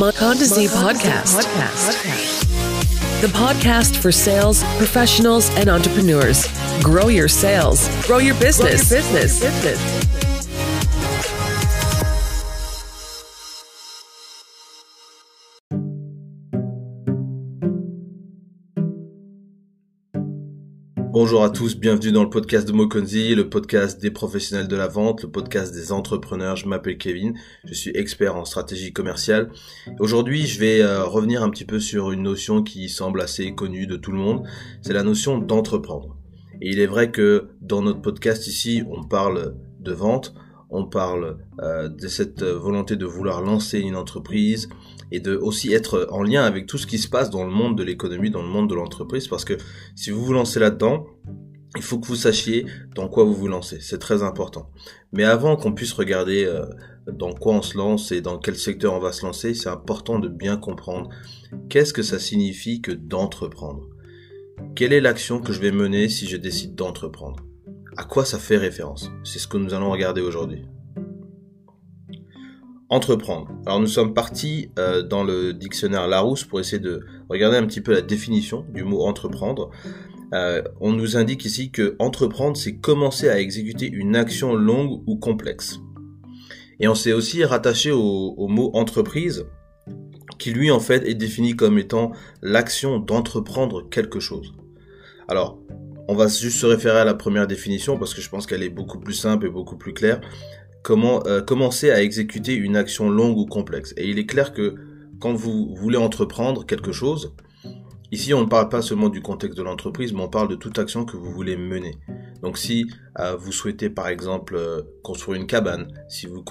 Monda Z Podcast. The podcast for sales professionals and entrepreneurs. Grow your sales. Grow your business. Bonjour à tous, bienvenue dans le podcast de Monda Z, le podcast des professionnels de la vente, le podcast des entrepreneurs. Je m'appelle Kevin, je suis expert en stratégie commerciale. Aujourd'hui, je vais revenir un petit peu sur une notion qui semble assez connue de tout le monde, c'est la notion d'entreprendre. Et il est vrai que dans notre podcast ici, on parle de vente, on parle de cette volonté de vouloir lancer une entreprise et de aussi être en lien avec tout ce qui se passe dans le monde de l'économie, dans le monde de l'entreprise, parce que si vous vous lancez là-dedans, il faut que vous sachiez dans quoi vous vous lancez, c'est très important. Mais avant qu'on puisse regarder dans quoi on se lance et dans quel secteur on va se lancer, c'est important de bien comprendre qu'est-ce que ça signifie que d'entreprendre. Quelle est l'action que je vais mener si je décide d'entreprendre ? À quoi ça fait référence ? C'est ce que nous allons regarder aujourd'hui. Entreprendre. Alors nous sommes partis dans le dictionnaire Larousse pour essayer de regarder un petit peu la définition du mot entreprendre. On nous indique ici que entreprendre, c'est commencer à exécuter une action longue ou complexe. Et on s'est aussi rattaché au mot entreprise, qui lui en fait est défini comme étant l'action d'entreprendre quelque chose. Alors, on va juste se référer à la première définition parce que je pense qu'elle est beaucoup plus simple et beaucoup plus claire. Commencer à exécuter une action longue ou complexe. Et il est clair que quand vous voulez entreprendre quelque chose, ici on ne parle pas seulement du contexte de l'entreprise, mais on parle de toute action que vous voulez mener. Donc si vous souhaitez par exemple construire une cabane, si vous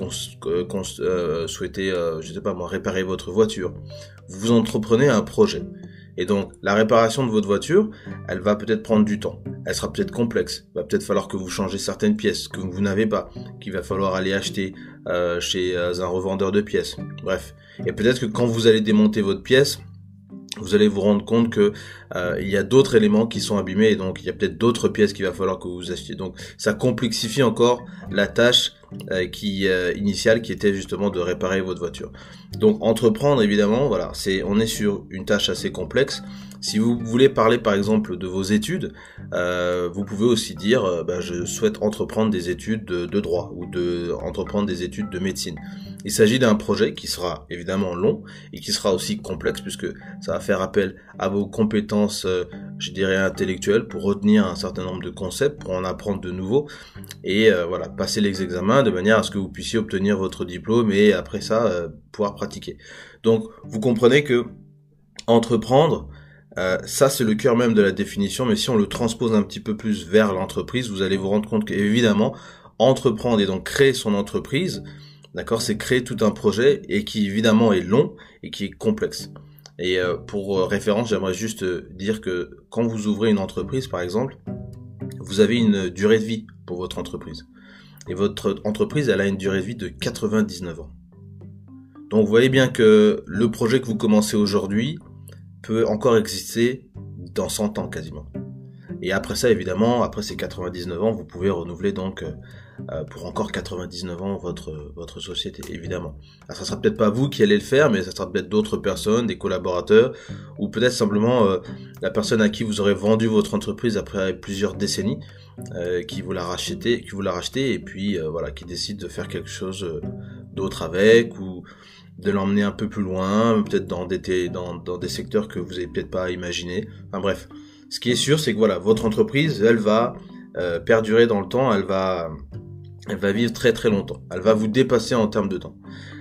souhaitez, réparer votre voiture, vous entreprenez un projet. Et donc, la réparation de votre voiture, elle va peut-être prendre du temps. Elle sera peut-être complexe. Il va peut-être falloir que vous changez certaines pièces que vous n'avez pas, qu'il va falloir aller acheter chez un revendeur de pièces. Bref. Et peut-être que quand vous allez démonter votre pièce, vous allez vous rendre compte que il y a d'autres éléments qui sont abîmés et donc il y a peut-être d'autres pièces qu'il va falloir que vous achetiez. Donc, ça complexifie encore la tâche initiale qui était justement de réparer votre voiture. Donc entreprendre évidemment, voilà, on est sur une tâche assez complexe. Si vous voulez parler par exemple de vos études, vous pouvez aussi dire je souhaite entreprendre des études de droit ou entreprendre des études de médecine. Il s'agit d'un projet qui sera évidemment long et qui sera aussi complexe puisque ça va faire appel à vos compétences, intellectuelles pour retenir un certain nombre de concepts, pour en apprendre de nouveaux et passer les examens de manière à ce que vous puissiez obtenir votre diplôme et après ça pouvoir pratiquer. Donc vous comprenez que entreprendre, ça c'est le cœur même de la définition, mais si on le transpose un petit peu plus vers l'entreprise, vous allez vous rendre compte qu'évidemment entreprendre et donc créer son entreprise, d'accord, c'est créer tout un projet et qui évidemment est long et qui est complexe. Et pour référence, j'aimerais juste dire que quand vous ouvrez une entreprise par exemple, vous avez une durée de vie pour votre entreprise. Et votre entreprise, elle a une durée de vie de 99 ans. Donc vous voyez bien que le projet que vous commencez aujourd'hui peut encore exister dans 100 ans quasiment. Et après ça, évidemment, après ces 99 ans, vous pouvez renouveler donc pour encore 99 ans votre société, évidemment. Alors, ça sera peut-être pas vous qui allez le faire, mais ça sera peut-être d'autres personnes, des collaborateurs, ou peut-être simplement la personne à qui vous aurez vendu votre entreprise après plusieurs décennies, qui vous l'a racheté, et puis qui décide de faire quelque chose d'autre avec, ou de l'emmener un peu plus loin, peut-être dans des secteurs que vous avez peut-être pas imaginé. Enfin bref. Ce qui est sûr, c'est que votre entreprise, elle va perdurer dans le temps, elle va vivre très très longtemps. Elle va vous dépasser en termes de temps.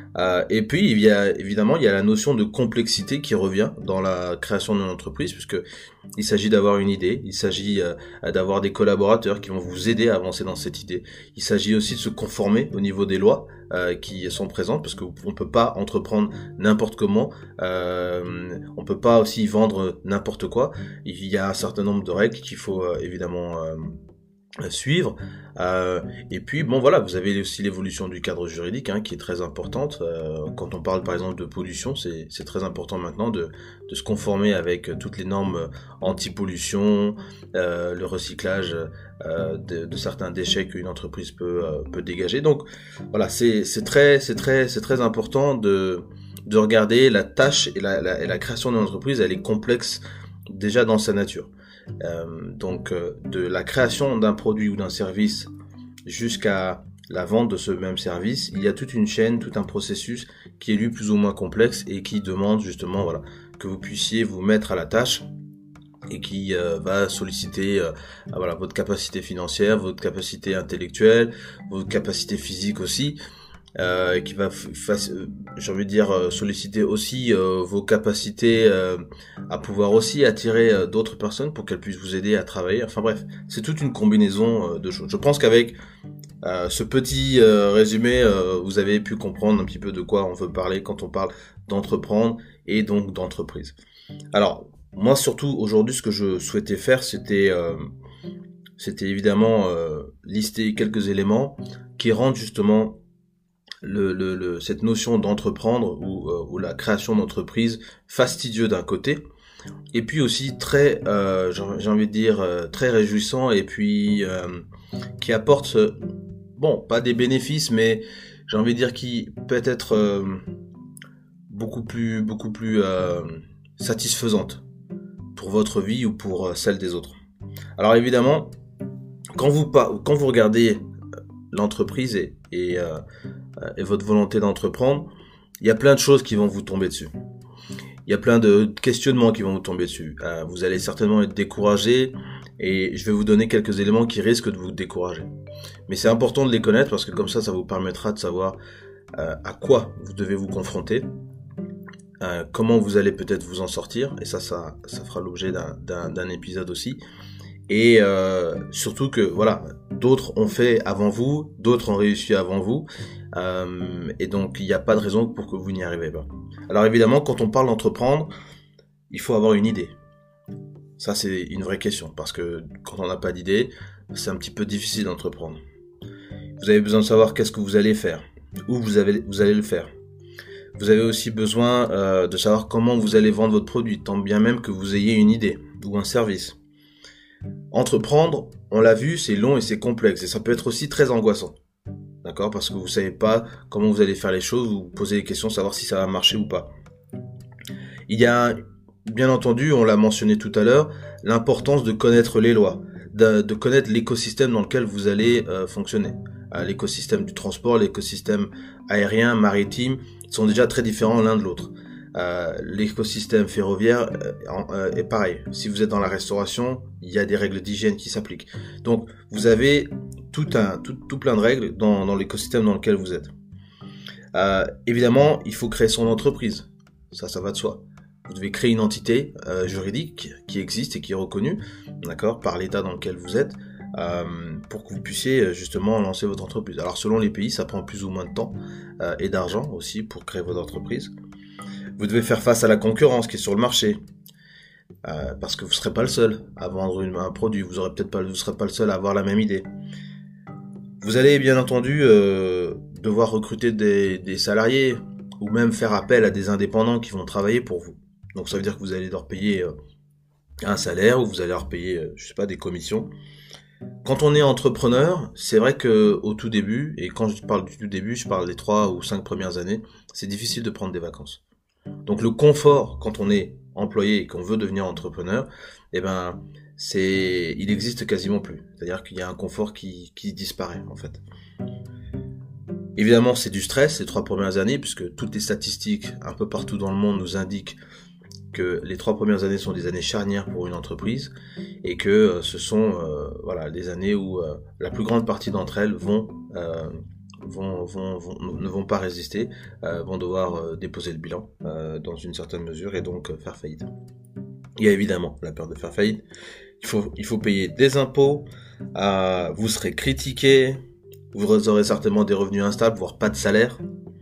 Et puis, il y a la notion de complexité qui revient dans la création d'une entreprise, puisque il s'agit d'avoir une idée, il s'agit d'avoir des collaborateurs qui vont vous aider à avancer dans cette idée. Il s'agit aussi de se conformer au niveau des lois qui sont présentes, parce qu'on peut pas entreprendre n'importe comment, on peut pas aussi vendre n'importe quoi. Il y a un certain nombre de règles qu'il faut évidemment suivre, et puis vous avez aussi l'évolution du cadre juridique qui est très importante. Quand on parle par exemple de pollution, c'est très important maintenant de se conformer avec toutes les normes anti-pollution, le recyclage de certains déchets qu'une entreprise peut dégager. Donc voilà, c'est très important de de regarder la tâche et la création d'une entreprise, elle est complexe déjà dans sa nature. Donc de la création d'un produit ou d'un service jusqu'à la vente de ce même service, il y a toute une chaîne, tout un processus qui est lui plus ou moins complexe et qui demande justement que vous puissiez vous mettre à la tâche et qui va solliciter votre capacité financière, votre capacité intellectuelle, votre capacité physique aussi, qui va solliciter aussi vos capacités à pouvoir aussi attirer d'autres personnes pour qu'elles puissent vous aider à travailler. Enfin bref, c'est toute une combinaison de choses. Je pense qu'avec ce petit résumé, vous avez pu comprendre un petit peu de quoi on veut parler quand on parle d'entreprendre et donc d'entreprise. Alors, moi surtout aujourd'hui, ce que je souhaitais faire, c'était évidemment lister quelques éléments qui rendent justement cette notion d'entreprendre ou la création d'entreprise fastidieux d'un côté, et puis aussi très, j'ai envie de dire, très réjouissant, et puis qui apporte, pas des bénéfices, mais j'ai envie de dire qui peut être beaucoup plus satisfaisante pour votre vie ou pour celle des autres. Alors évidemment, quand vous regardez l'entreprise et votre volonté d'entreprendre, il y a plein de choses qui vont vous tomber dessus. Il y a plein de questionnements qui vont vous tomber dessus. Vous allez certainement être découragé et je vais vous donner quelques éléments qui risquent de vous décourager. Mais c'est important de les connaître parce que comme ça vous permettra de savoir à quoi vous devez vous confronter, comment vous allez peut-être vous en sortir, et ça fera l'objet d'un épisode aussi. Et surtout que d'autres ont fait avant vous, d'autres ont réussi avant vous, et donc il n'y a pas de raison pour que vous n'y arrivez pas. Alors évidemment, quand on parle d'entreprendre, il faut avoir une idée. Ça c'est une vraie question, parce que quand on n'a pas d'idée, c'est un petit peu difficile d'entreprendre. Vous avez besoin de savoir qu'est-ce que vous allez faire, où vous allez le faire. Vous avez aussi besoin de savoir comment vous allez vendre votre produit, tant bien même que vous ayez une idée ou un service. Entreprendre, on l'a vu, c'est long et c'est complexe, et ça peut être aussi très angoissant. D'accord ? Parce que vous savez pas comment vous allez faire les choses, vous vous posez des questions, savoir si ça va marcher ou pas. Il y a, bien entendu, on l'a mentionné tout à l'heure, l'importance de connaître les lois, de connaître l'écosystème dans lequel vous allez fonctionner. L'écosystème du transport, l'écosystème aérien, maritime, sont déjà très différents l'un de l'autre. L'écosystème ferroviaire est pareil. Si vous êtes dans la restauration, il y a des règles d'hygiène qui s'appliquent. Donc, vous avez tout plein de règles dans l'écosystème dans lequel vous êtes. Évidemment, il faut créer son entreprise. Ça va de soi. Vous devez créer une entité juridique qui existe et qui est reconnue, d'accord, par l'État dans lequel vous êtes, pour que vous puissiez justement lancer votre entreprise. Alors, selon les pays, ça prend plus ou moins de temps et d'argent aussi pour créer votre entreprise. Vous devez faire face à la concurrence qui est sur le marché, parce que vous ne serez pas le seul à vendre un produit, vous ne serez pas le seul à avoir la même idée. Vous allez bien entendu devoir recruter des salariés, ou même faire appel à des indépendants qui vont travailler pour vous. Donc ça veut dire que vous allez leur payer un salaire, ou vous allez leur payer, des commissions. Quand on est entrepreneur, c'est vrai que au tout début, et quand je parle du tout début, je parle des 3 ou 5 premières années, c'est difficile de prendre des vacances. Donc le confort, quand on est employé et qu'on veut devenir entrepreneur, il existe quasiment plus. C'est-à-dire qu'il y a un confort qui disparaît en fait. Évidemment, c'est du stress les 3 premières années, puisque toutes les statistiques un peu partout dans le monde nous indiquent que les 3 premières années sont des années charnières pour une entreprise, et que ce sont des années où la plus grande partie d'entre elles ne vont pas résister, vont devoir déposer le bilan dans une certaine mesure et donc faire faillite. Il y a évidemment la peur de faire faillite. Il faut payer des impôts, vous serez critiqué, vous aurez certainement des revenus instables, voire pas de salaire.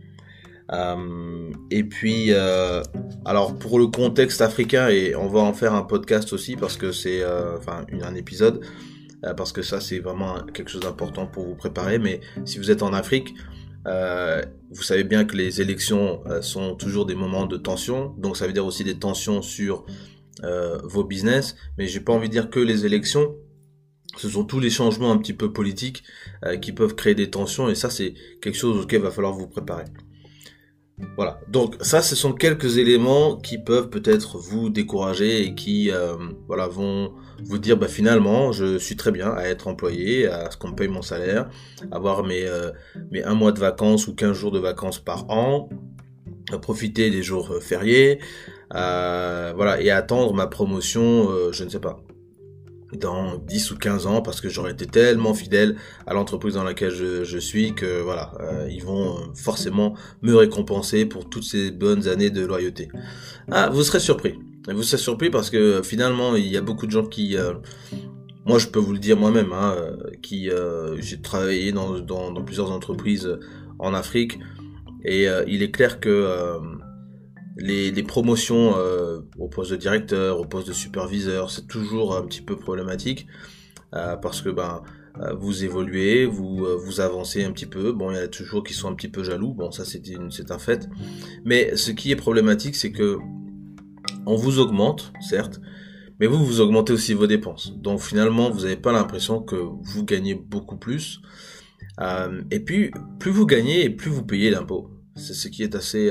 Et puis, alors pour le contexte africain, et on va en faire un podcast aussi parce que c'est, un épisode, parce que ça c'est vraiment quelque chose d'important pour vous préparer. Mais si vous êtes en Afrique, vous savez bien que les élections sont toujours des moments de tension, donc ça veut dire aussi des tensions sur vos business. Mais j'ai pas envie de dire que les élections, ce sont tous les changements un petit peu politiques qui peuvent créer des tensions, et ça c'est quelque chose auquel il va falloir vous préparer. Voilà, donc ça, ce sont quelques éléments qui peuvent peut-être vous décourager et qui vont vous dire finalement je suis très bien à être employé, à ce qu'on me paye mon salaire, avoir mes 1 mois de vacances ou 15 jours de vacances par an, à profiter des jours fériés, et attendre ma promotion, je ne sais pas, dans 10 ou 15 ans parce que j'aurais été tellement fidèle à l'entreprise dans laquelle je suis que ils vont forcément me récompenser pour toutes ces bonnes années de loyauté. Vous serez surpris. Vous serez surpris parce que finalement il y a beaucoup de gens qui moi je peux vous le dire moi-même j'ai travaillé dans plusieurs entreprises en Afrique et il est clair que les promotions au poste de directeur, au poste de superviseur, c'est toujours un petit peu problématique parce que vous évoluez, vous avancez un petit peu. Bon, il y a toujours qui sont un petit peu jaloux. Bon, ça c'est un fait. Mais ce qui est problématique, c'est que on vous augmente, certes, mais vous augmentez aussi vos dépenses. Donc finalement, vous n'avez pas l'impression que vous gagnez beaucoup plus. Et puis, plus vous gagnez et plus vous payez d'impôts. C'est ce qui est assez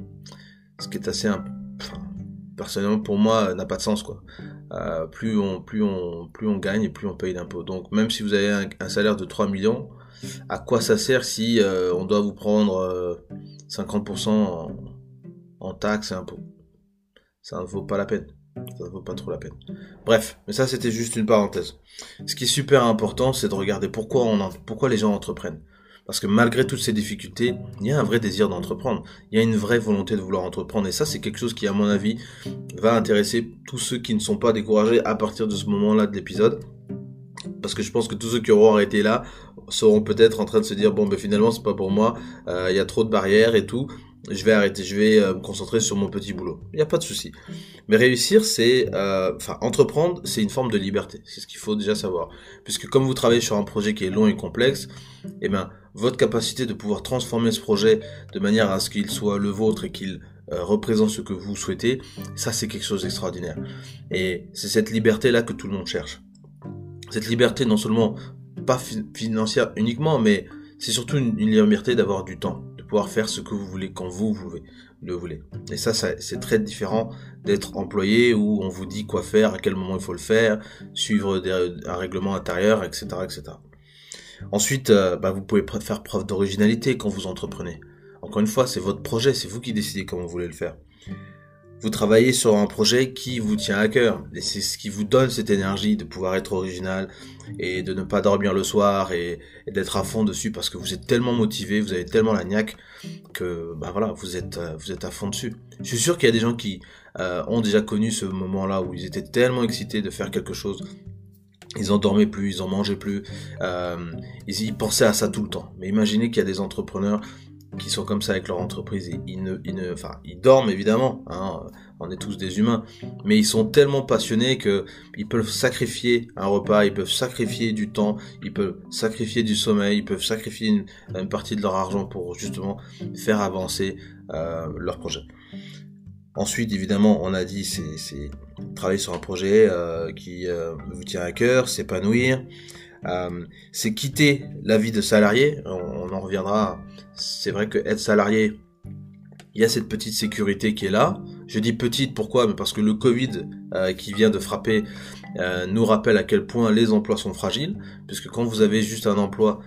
personnellement pour moi n'a pas de sens quoi. Plus on gagne et plus on paye d'impôts. Donc même si vous avez un salaire de 3 millions, à quoi ça sert si on doit vous prendre 50% en taxes et impôts? Ça ne vaut pas la peine. Ça ne vaut pas trop la peine. Bref, mais ça c'était juste une parenthèse. Ce qui est super important, c'est de regarder pourquoi les gens entreprennent. Parce que malgré toutes ces difficultés, il y a un vrai désir d'entreprendre. Il y a une vraie volonté de vouloir entreprendre. Et ça, c'est quelque chose qui, à mon avis, va intéresser tous ceux qui ne sont pas découragés à partir de ce moment-là de l'épisode. Parce que je pense que tous ceux qui auront arrêté là seront peut-être en train de se dire finalement, c'est pas pour moi. Il y a trop de barrières et tout. Je vais arrêter. Je vais me concentrer sur mon petit boulot. Il n'y a pas de souci. Mais réussir, entreprendre, c'est une forme de liberté. C'est ce qu'il faut déjà savoir. Puisque comme vous travaillez sur un projet qui est long et complexe, votre capacité de pouvoir transformer ce projet de manière à ce qu'il soit le vôtre et qu'il représente ce que vous souhaitez, ça c'est quelque chose d'extraordinaire. Et c'est cette liberté-là que tout le monde cherche. Cette liberté non seulement pas financière uniquement, mais c'est surtout une liberté d'avoir du temps, de pouvoir faire ce que vous voulez quand vous le voulez. Et ça c'est très différent d'être employé où on vous dit quoi faire, à quel moment il faut le faire, suivre un règlement intérieur, etc., etc. Ensuite, vous pouvez faire preuve d'originalité quand vous entreprenez. Encore une fois, c'est votre projet, c'est vous qui décidez comment vous voulez le faire. Vous travaillez sur un projet qui vous tient à cœur, et c'est ce qui vous donne cette énergie de pouvoir être original et de ne pas dormir le soir et d'être à fond dessus parce que vous êtes tellement motivé, vous avez tellement la niaque que vous êtes à fond dessus. Je suis sûr qu'il y a des gens qui ont déjà connu ce moment-là où ils étaient tellement excités de faire quelque chose. Ils en dormaient plus, ils en mangeaient plus, ils pensaient à ça tout le temps. Mais imaginez qu'il y a des entrepreneurs qui sont comme ça avec leur entreprise. Et ils dorment évidemment, on est tous des humains, mais ils sont tellement passionnés que ils peuvent sacrifier un repas, ils peuvent sacrifier du temps, ils peuvent sacrifier du sommeil, ils peuvent sacrifier une partie de leur argent pour justement faire avancer leur projet. Ensuite, évidemment, on a dit, c'est travailler sur un projet qui vous tient à cœur, s'épanouir. C'est quitter la vie de salarié. On en reviendra. C'est vrai que être salarié, il y a cette petite sécurité qui est là. Je dis petite, pourquoi ? Mais parce que le Covid qui vient de frapper nous rappelle à quel point les emplois sont fragiles. Puisque quand vous avez juste un emploi,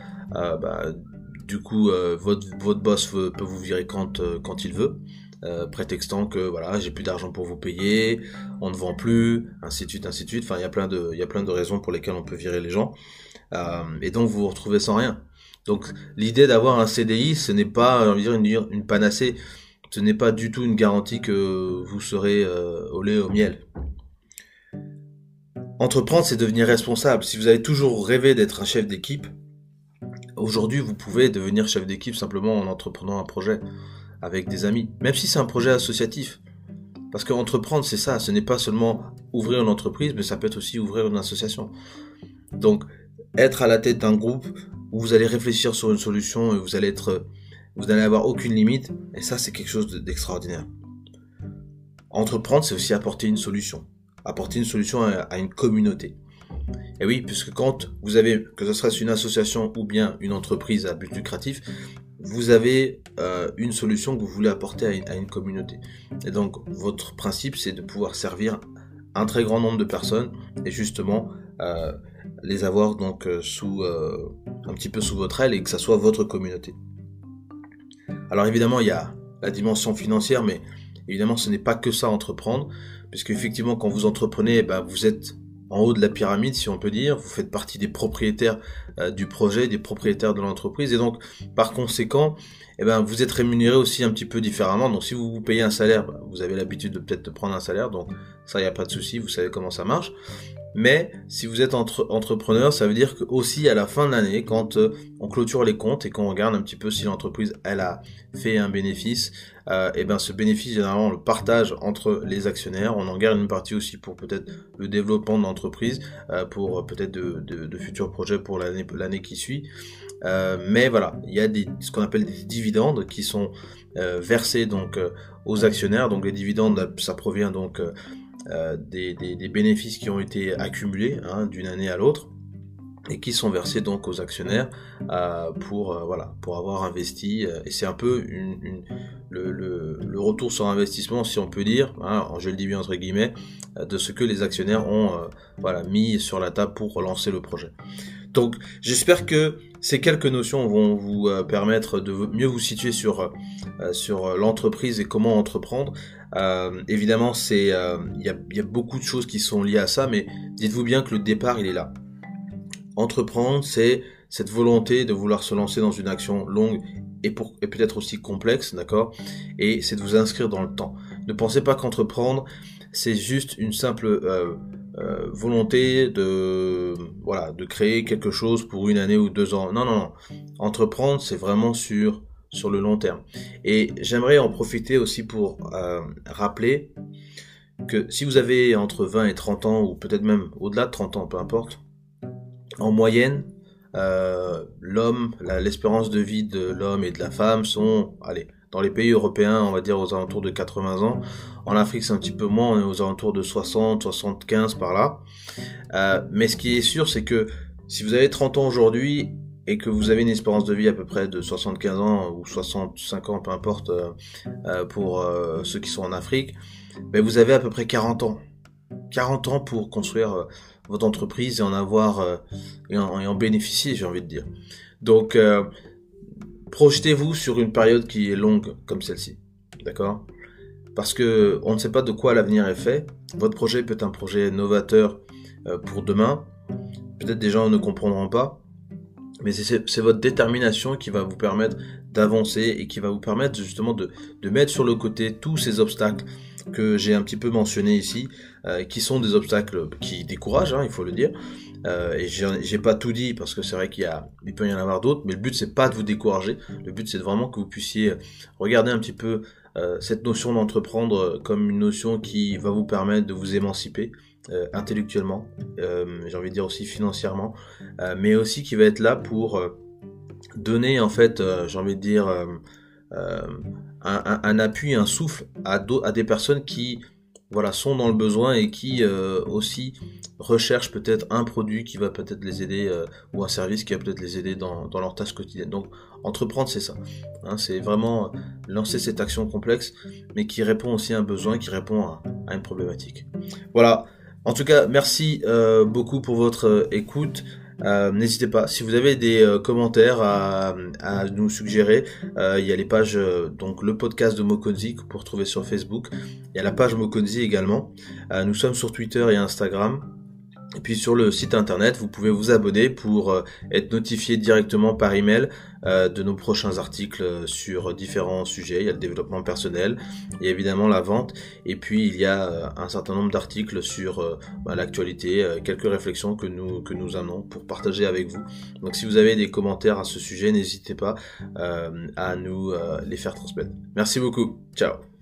votre boss peut vous virer quand il veut. Prétextant que j'ai plus d'argent pour vous payer, on ne vend plus, ainsi de suite. Enfin, il y a plein de raisons pour lesquelles on peut virer les gens. Et donc vous vous retrouvez sans rien. Donc l'idée d'avoir un CDI, ce n'est pas une panacée, ce n'est pas du tout une garantie que vous serez au lait au miel. Entreprendre, c'est devenir responsable. Si vous avez toujours rêvé d'être un chef d'équipe, aujourd'hui vous pouvez devenir chef d'équipe simplement en entreprenant un projet avec des amis, même si c'est un projet associatif. Parce qu'entreprendre, c'est ça, ce n'est pas seulement ouvrir une entreprise, mais ça peut être aussi ouvrir une association. Donc, être à la tête d'un groupe où vous allez réfléchir sur une solution et vous allez avoir aucune limite, et ça, c'est quelque chose d'extraordinaire. Entreprendre, c'est aussi apporter une solution à une communauté. Et oui, puisque quand vous avez, que ce soit une association ou bien une entreprise à but lucratif, vous avez une solution que vous voulez apporter à une communauté. Et donc, votre principe, c'est de pouvoir servir un très grand nombre de personnes et justement les avoir donc un petit peu sous votre aile et que ça soit votre communauté. Alors évidemment, il y a la dimension financière, mais évidemment, ce n'est pas que ça entreprendre, puisque effectivement, quand vous entreprenez, vous êtes en haut de la pyramide, si on peut dire, vous faites partie des propriétaires du projet, des propriétaires de l'entreprise, et donc, par conséquent, vous êtes rémunéré aussi un petit peu différemment. Donc, si vous vous payez un salaire, vous avez l'habitude de peut-être de prendre un salaire, donc ça, il n'y a pas de souci, vous savez comment ça marche. Mais si vous êtes entrepreneur, ça veut dire que aussi à la fin de l'année, quand on clôture les comptes et qu'on regarde un petit peu si l'entreprise elle a fait un bénéfice, ce bénéfice généralement on le partage entre les actionnaires. On en garde une partie aussi pour peut-être le développement de l'entreprise, pour peut-être de futurs projets pour l'année qui suit. Mais voilà, il y a ce qu'on appelle des dividendes qui sont versés donc aux actionnaires. Donc les dividendes, ça provient donc des bénéfices qui ont été accumulés d'une année à l'autre et qui sont versés donc aux actionnaires pour avoir investi, et c'est un peu le retour sur investissement, si on peut dire, je le dis bien entre guillemets, de ce que les actionnaires ont mis sur la table pour relancer le projet. Donc j'espère que ces quelques notions vont vous permettre de mieux vous situer sur l'entreprise et comment entreprendre. Évidemment, il y a beaucoup de choses qui sont liées à ça, mais dites-vous bien que le départ, il est là. Entreprendre, c'est cette volonté de vouloir se lancer dans une action longue et peut-être aussi complexe, d'accord ? Et c'est de vous inscrire dans le temps. Ne pensez pas qu'entreprendre, c'est juste une simple volonté de créer quelque chose pour 1 année ou 2 ans. Non. Entreprendre, c'est vraiment sur le long terme. Et j'aimerais en profiter aussi pour rappeler que si vous avez entre 20 et 30 ans, ou peut-être même au-delà de 30 ans, peu importe, en moyenne, l'espérance de vie de l'homme et de la femme sont, dans les pays européens, on va dire aux alentours de 80 ans. En Afrique, c'est un petit peu moins, on est aux alentours de 60, 75 par là. Mais ce qui est sûr, c'est que si vous avez 30 ans aujourd'hui et que vous avez une espérance de vie à peu près de 75 ans ou 65 ans, peu importe, pour ceux qui sont en Afrique, vous avez à peu près 40 ans. 40 ans pour construire votre entreprise et en avoir et en bénéficier, j'ai envie de dire. Donc projetez-vous sur une période qui est longue comme celle-ci, d'accord ? Parce que on ne sait pas de quoi l'avenir est fait. Votre projet peut être un projet novateur pour demain. Peut-être des gens ne comprendront pas, mais c'est votre détermination qui va vous permettre d'avancer et qui va vous permettre justement de mettre sur le côté tous ces obstacles que j'ai un petit peu mentionnés ici, qui sont des obstacles qui découragent, il faut le dire. Et j'ai pas tout dit parce que c'est vrai qu'il peut y en avoir d'autres, mais le but c'est pas de vous décourager. Le but c'est vraiment que vous puissiez regarder un petit peu cette notion d'entreprendre comme une notion qui va vous permettre de vous émanciper intellectuellement, j'ai envie de dire aussi financièrement, mais aussi qui va être là pour donner en fait, j'ai envie de dire un appui, un souffle à des personnes qui sont dans le besoin et qui aussi recherchent peut-être un produit qui va peut-être les aider ou un service qui va peut-être les aider dans leur tâche quotidienne. Donc entreprendre, c'est ça, c'est vraiment lancer cette action complexe mais qui répond aussi à un besoin, qui répond à une problématique. Voilà, en tout cas merci beaucoup pour votre écoute. N'hésitez pas, si vous avez des commentaires à nous suggérer, il y a les pages, donc le podcast de Mokonzi que vous pouvez retrouver sur Facebook, il y a la page Mokonzi également, nous sommes sur Twitter et Instagram, et puis sur le site internet vous pouvez vous abonner pour être notifié directement par email de nos prochains articles sur différents sujets. Il y a le développement personnel, il y a évidemment la vente, et puis il y a un certain nombre d'articles sur l'actualité, quelques réflexions que nous amenons pour partager avec vous. Donc si vous avez des commentaires à ce sujet, n'hésitez pas à nous les faire transmettre. Merci beaucoup, ciao.